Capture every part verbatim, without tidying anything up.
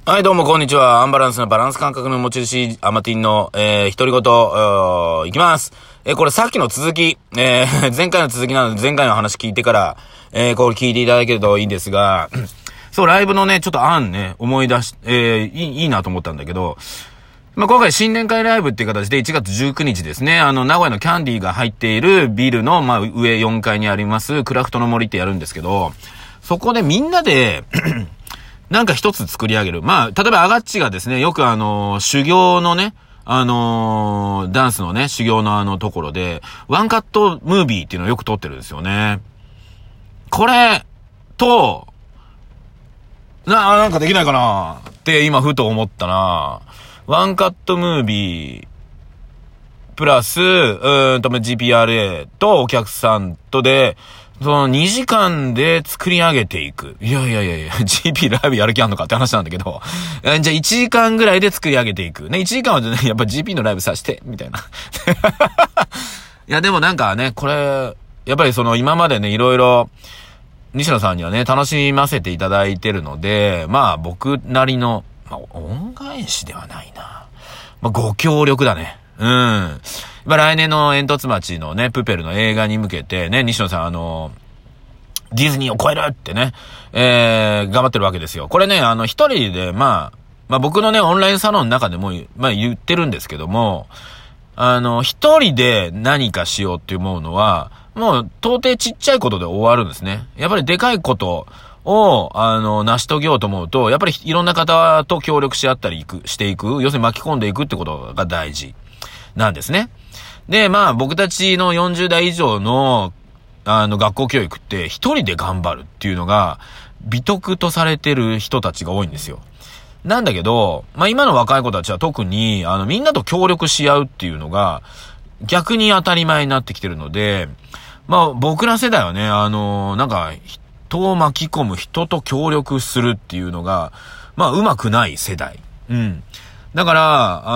はい、どうもこんにちは。アンバランスなバランス感覚の持ち主、アマティンの、えー、独り言、いきます。えー、これさっきの続き、えー、前回の続きなので、前回の話聞いてから、えー、これ聞いていただけるといいんですが、そう、ライブのね、ちょっと案ね、思い出し、えー、いい、いいなと思ったんだけど、まあ、今回新年会ライブっていう形でいちがつじゅうくにちですね、あの、名古屋のキャンディーが入っているビルの、まあ、上よんかいにあります、クラフトの森ってやるんですけど、そこでみんなで、なんか一つ作り上げる。まあ、例えばアガッチがですね、よくあのー、修行のね、あのー、ダンスのね、修行のあのところで、ワンカットムービーっていうのをよく撮ってるんですよね。これ、と、な、なんかできないかなって今ふと思ったな。ワンカットムービー、プラス、うーんと、ジーピーアールエー とお客さんとで、そのにじかんで作り上げていく。いやいやいやいや、ジーピー ライブやる気あんのかって話なんだけど。じゃあいちじかんぐらいで作り上げていく。ね、いちじかんはね、やっぱ ジーピー のライブさして、みたいな。いや、でもなんかね、これ、やっぱりその今までね、いろいろ、西野さんにはね、楽しませていただいてるので、まあ僕なりの、まあ恩返しではないな。まあご協力だね。うん。まあ、来年の煙突町のね、プペルの映画に向けてね、西野さんあの、ディズニーを超えるってね、えー、頑張ってるわけですよ。これね、あの、一人で、まあ、まあ僕のね、オンラインサロンの中でも、まあ言ってるんですけども、あの、一人で何かしようって思うのは、もう、到底ちっちゃいことで終わるんですね。やっぱりでかいことを、あの、成し遂げようと思うと、やっぱりいろんな方と協力し合ったりいく、していく、要するに巻き込んでいくってことが大事なんですね。で、まあ僕たちのよんじゅうだい以上の、あの学校教育って一人で頑張るっていうのが美徳とされてる人たちが多いんですよ。なんだけど、まあ今の若い子たちは特に、あのみんなと協力し合うっていうのが逆に当たり前になってきてるので、まあ僕ら世代はね、あの、なんか人を巻き込む、人と協力するっていうのが、まあうまくない世代。うん。だから、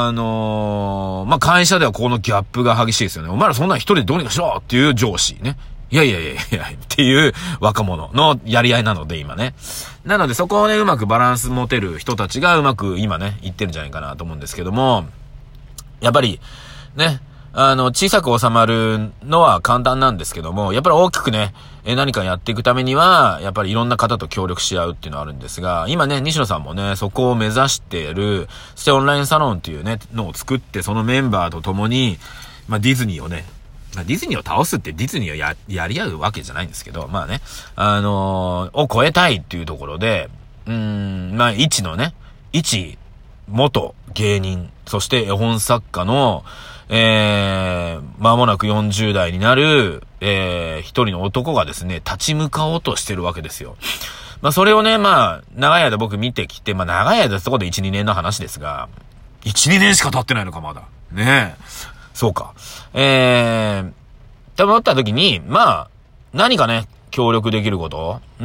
あのー、まあ、会社ではこのギャップが激しいですよね。お前らそんな一人でどうにかしろっていう上司ね。いやいやいやいやっていう若者のやり合いなので今ね。なのでそこをね、うまくバランス持てる人たちがうまく今ね、言ってるんじゃないかなと思うんですけども、やっぱり、ね、あの、小さく収まるのは簡単なんですけども、やっぱり大きくね、え何かやっていくためには、やっぱりいろんな方と協力し合うっていうのはあるんですが、今ね、西野さんもね、そこを目指している、そしてオンラインサロンっていうね、のを作って、そのメンバーと共に、まあディズニーをね、まあ、ディズニーを倒すってディズニーをや、やり合うわけじゃないんですけど、まあね、あのー、を超えたいっていうところで、うーん、まあ一のね、一元芸人、そして絵本作家の、えー、間もなくよんじゅうだいになる、えー、一人の男がですね、立ち向かおうとしてるわけですよ。まあ、それをね、まあ、長い間僕見てきて、まあ、長い間そこでいち、にねんの話ですが、いち、にねんしか経ってないのか、まだ。ねえ。そうか。えー、って思った時に、まあ、何かね、協力できること、うん、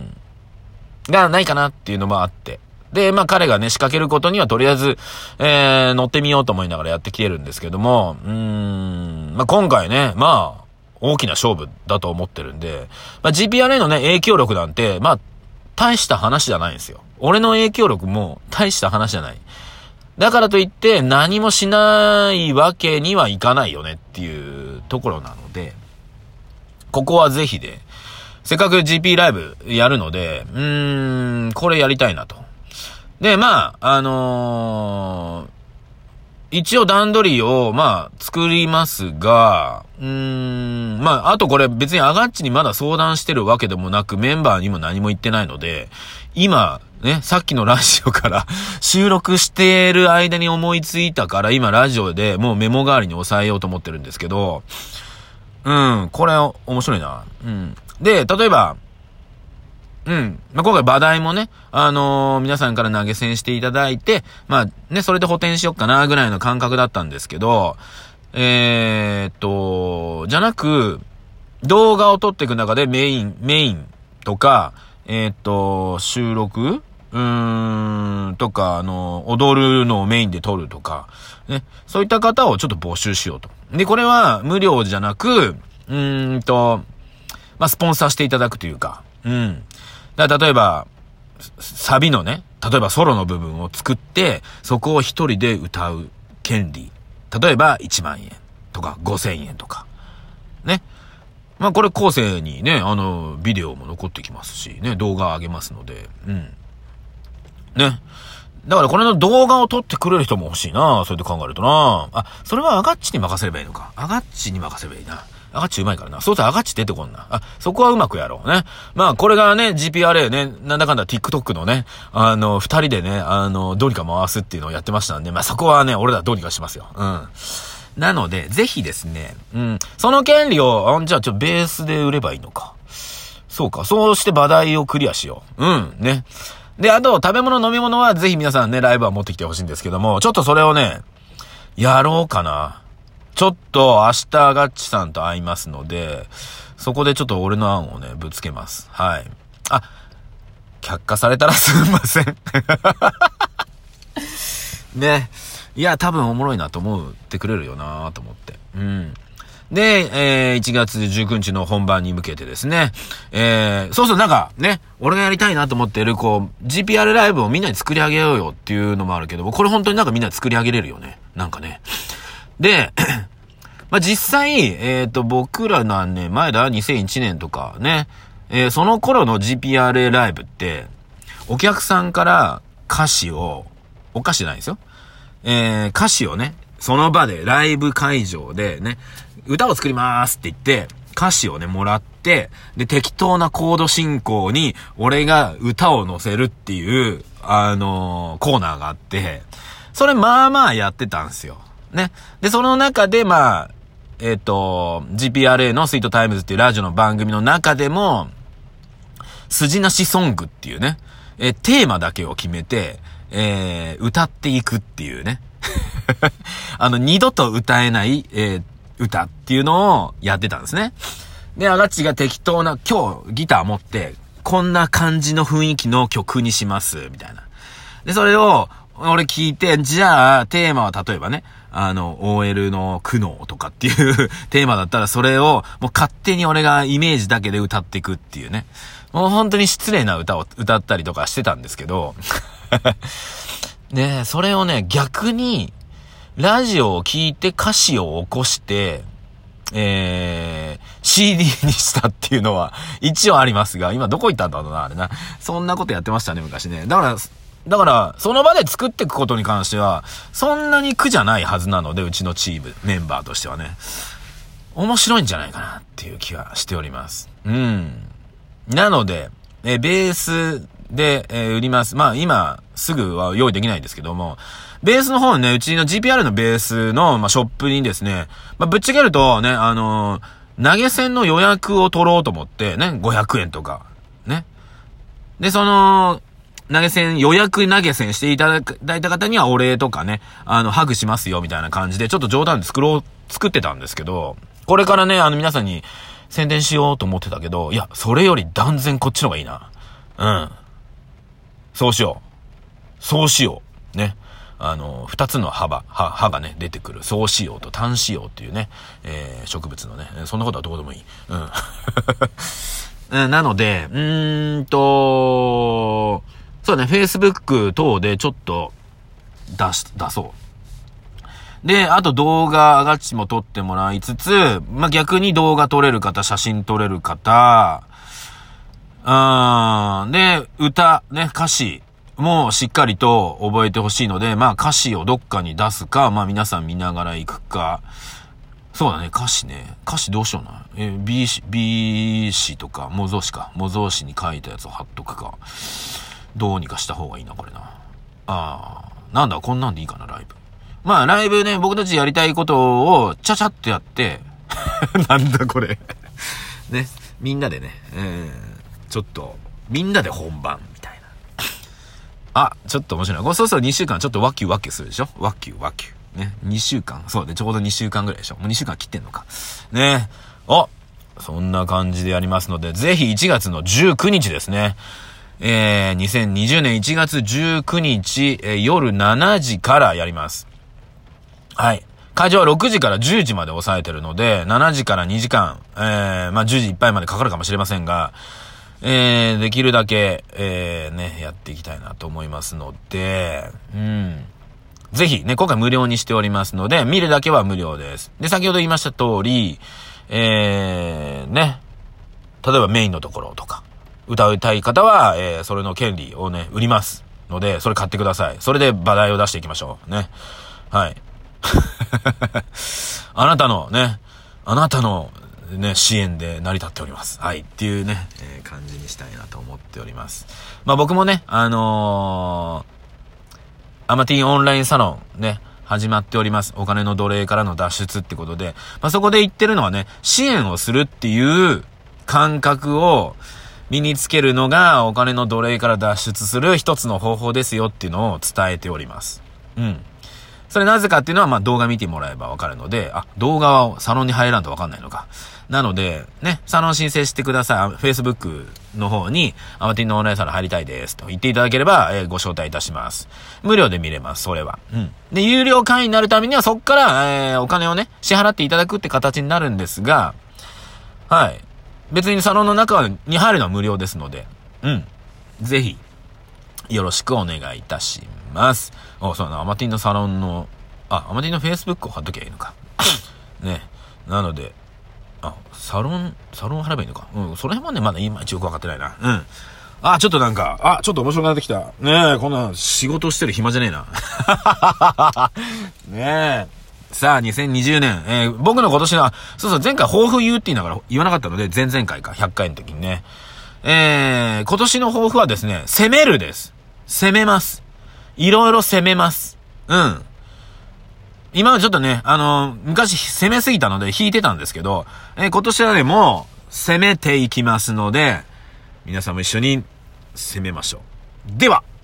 がないかなっていうのもあって。で、まあ彼がね、仕掛けることにはとりあえず、えー、乗ってみようと思いながらやってきてるんですけども、うーん、まあ今回ね、まあ、大きな勝負だと思ってるんで、まあ ジーピーアールエー のね、影響力なんて、まあ、大した話じゃないんですよ。俺の影響力も大した話じゃない。だからといって何もしないわけにはいかないよねっていうところなので、ここはぜひで、せっかく ジーピー ライブやるので、うーん、これやりたいなと。で、まあ、あのー、一応段取りを、まあ、作りますが、うーん、まあ、あとこれ別にアガッチにまだ相談してるわけでもなく、メンバーにも何も言ってないので、今、ね、さっきのラジオから収録してる間に思いついたから、今ラジオでもうメモ代わりに抑えようと思ってるんですけど、うん、これ面白いな。うん。で、例えば、うん。まあ、今回話題もね、あのー、皆さんから投げ銭していただいて、まあ、ね、それで補填しよっかな、ぐらいの感覚だったんですけど、えーっと、じゃなく、動画を撮っていく中でメイン、メインとか、えーっと、収録うーん、とか、あの、踊るのをメインで撮るとか、ね、そういった方をちょっと募集しようと。で、これは無料じゃなく、うーんと、まあ、スポンサーしていただくというか、うん。だから例えば、サビのね、 例えばソロの部分を作って、そこを一人で歌う権利。例えばいちまんえんとかごせんえんとか。ね。まあこれ後世にね、あの、ビデオも残ってきますし、ね、動画上げますので、うん。ね。だからこれの動画を撮ってくれる人も欲しいな、そうやって考えるとな。あ、それはアガッチに任せればいいのか。アガッチに任せればいいな。アガッチうまいからな。そうするとアガッチ出てこんな。あ、そこはうまくやろうね。まあこれがね、ジーピーアールエー ね、なんだかんだ TikTok のね、あの、二人でね、あの、どうにか回すっていうのをやってましたんで、まあそこはね、俺らどうにかしますよ。うん。なので、ぜひですね、うん、その権利を、あ、じゃあちょ、ベースで売ればいいのか。そうか、そうして話題をクリアしよう。うん、ね。で、あと、食べ物飲み物はぜひ皆さんね、ライブは持ってきてほしいんですけども、ちょっとそれをね、やろうかな。ちょっと明日ガッチさんと会いますので、そこでちょっと俺の案をね、ぶつけます。はい。あ、却下されたらすみません。ね。いや、多分おもろいなと思ってくれるよなと思って。うん。で、えー、いちがつじゅうくにちの本番に向けてですね、えー、そうそうなんかね、俺がやりたいなと思っている、こう、ジーピーアール ライブをみんなで作り上げようよっていうのもあるけど、これ本当になんかみんなで作り上げれるよね。なんかね。で、まあ、実際、えっと、僕らなんね、前だ、にせんいちねんとかね、えー、その頃の ジーピーアールエー ライブって、お客さんから歌詞を、お菓子じゃないですよ。えー、歌詞をね、その場で、ライブ会場でね、歌を作りますって言って、歌詞をね、もらって、で、適当なコード進行に、俺が歌を乗せるっていう、あのー、コーナーがあって、それまあまあやってたんですよ。ね。で、その中で、まあ、えっと、ジーピーアールエー のスイートタイムズっていうラジオの番組の中でも、筋なしソングっていうね、えー、テーマだけを決めて、えー、歌っていくっていうね。あの、二度と歌えない、えー、歌っていうのをやってたんですね。で、アガッチが適当な、今日ギター持って、こんな感じの雰囲気の曲にします、みたいな。で、それを、俺聞いて、じゃあ、テーマは例えばね、あの、オーエル の苦悩とかっていうテーマだったら、それを、もう勝手に俺がイメージだけで歌っていくっていうね。もう本当に失礼な歌を歌ったりとかしてたんですけど、ね、それをね、逆に、ラジオを聞いて歌詞を起こして、えー、シーディー にしたっていうのは一応ありますが、今どこ行ったんだろうな、あれな。そんなことやってましたね、昔ね。だから、だから、その場で作っていくことに関しては、そんなに苦じゃないはずなので、うちのチーム、メンバーとしてはね。面白いんじゃないかなっていう気はしております。うん。なので、え、ベースで、えー、売ります。まあ今、すぐは用意できないんですけども、ベースの方ね、うちの ジーピーアール のベースの、まあ、ショップにですね、まあ、ぶっちゃけるとね、あのー、投げ銭の予約を取ろうと思って、ね、ごひゃくえんとか、ね。で、その、投げ銭、予約投げ銭していただいた方にはお礼とかね、あの、ハグしますよ、みたいな感じで、ちょっと冗談で作ろう、作ってたんですけど、これからね、あの、皆さんに宣伝しようと思ってたけど、いや、それより断然こっちの方がいいな。うん。そうしよう。そうしよう。ね。あの、二つの幅、葉、葉がね、出てくる。総子葉と単子葉っていうね、えー、植物のね、そんなことはどうでもいい。うん。なので、うーんと、そうね、Facebook 等でちょっと出し、出そう。で、あと動画、アガッチも撮ってもらいつつ、まあ、逆に動画撮れる方、写真撮れる方、うーん、で、歌、ね、歌詞、もうしっかりと覚えてほしいので、まあ歌詞をどっかに出すか、まあ皆さん見ながら行くか。そうだね、歌詞ね。歌詞どうしような。え、B 詞、B 詞とか、模造詞か。模造詞に書いたやつを貼っとくか。どうにかした方がいいな、これな。あー、なんだ、こんなんでいいかな、ライブ。まあライブね、僕たちやりたいことをちゃちゃっとやって、なんだこれ。ね、みんなでね、えー、ちょっと、みんなで本番。あ、ちょっと面白い。これそうそうにしゅうかんちょっとワキュワキュするでしょ。ワキュワキュ。ね。にしゅうかん。そうね。ちょうどにしゅうかんぐらいでしょ。もうにしゅうかん切ってんのか。ね。お、そんな感じでやりますので、ぜひいちがつのじゅうくにちですね。えー、にせんにじゅうねんいちがつじゅうくにち、えー、夜しちじからやります。はい。会場はろくじからじゅうじまで抑えてるので、しちじからにじかん、えー、まあじゅうじいっぱいまでかかるかもしれませんが、 えー、できるだけ、えー、ね、やっていきたいなと思いますので、うん。ぜひね、今回無料にしておりますので、見るだけは無料です。で、先ほど言いました通り、えー、ね、例えばメインのところとか、歌いたい方は、えー、それの権利をね、売りますので、それ買ってください。それで話題を出していきましょう。ね。はい。あなたのね、あなたのね、支援で成り立っております。はい。っていうね、えー、感じにしたいなと思っております。まあ僕もね、あのー、アマティンオンラインサロンね、始まっております。お金の奴隷からの脱出ってことで、まあそこで言ってるのはね、支援をするっていう感覚を身につけるのがお金の奴隷から脱出する一つの方法ですよっていうのを伝えております。うん。それなぜかっていうのは、まあ、動画見てもらえばわかるので、あ、動画はサロンに入らんとわかんないのか。なので、ね、サロン申請してください。Facebook の方に、アマティンのオンラインサロン入りたいですと言っていただければ、えー、ご招待いたします。無料で見れます、それは。うん。で、有料会員になるためには、そっから、えー、お金をね、支払っていただくって形になるんですが、はい。別にサロンの中に入るのは無料ですので、うん。ぜひ、よろしくお願いいたします。あ、そうだな、アマティンのサロンの、あ、アマティンの Facebook を貼っときゃいいのか。ね。なので、あ、サロン、サロン貼ればいいのか。うん、その辺もね、まだいまいちよくわかってないな。うん。あ、ちょっとなんか、あ、ちょっと面白くなってきた。ねえ、こんな仕事してる暇じゃねえな。ねえ。さあ、にせんにじゅうねん、えー、僕の今年の、そうそう、前回抱負言うって言いながら言わなかったので、前々回か、ひゃっかいの時にね。えー、今年の抱負はですね、攻めるです。攻めます。いろいろ攻めます。うん。今はちょっとね、あのー、昔攻めすぎたので引いてたんですけど、えー、今年はね、もう、攻めていきますので、皆さんも一緒に攻めましょう。では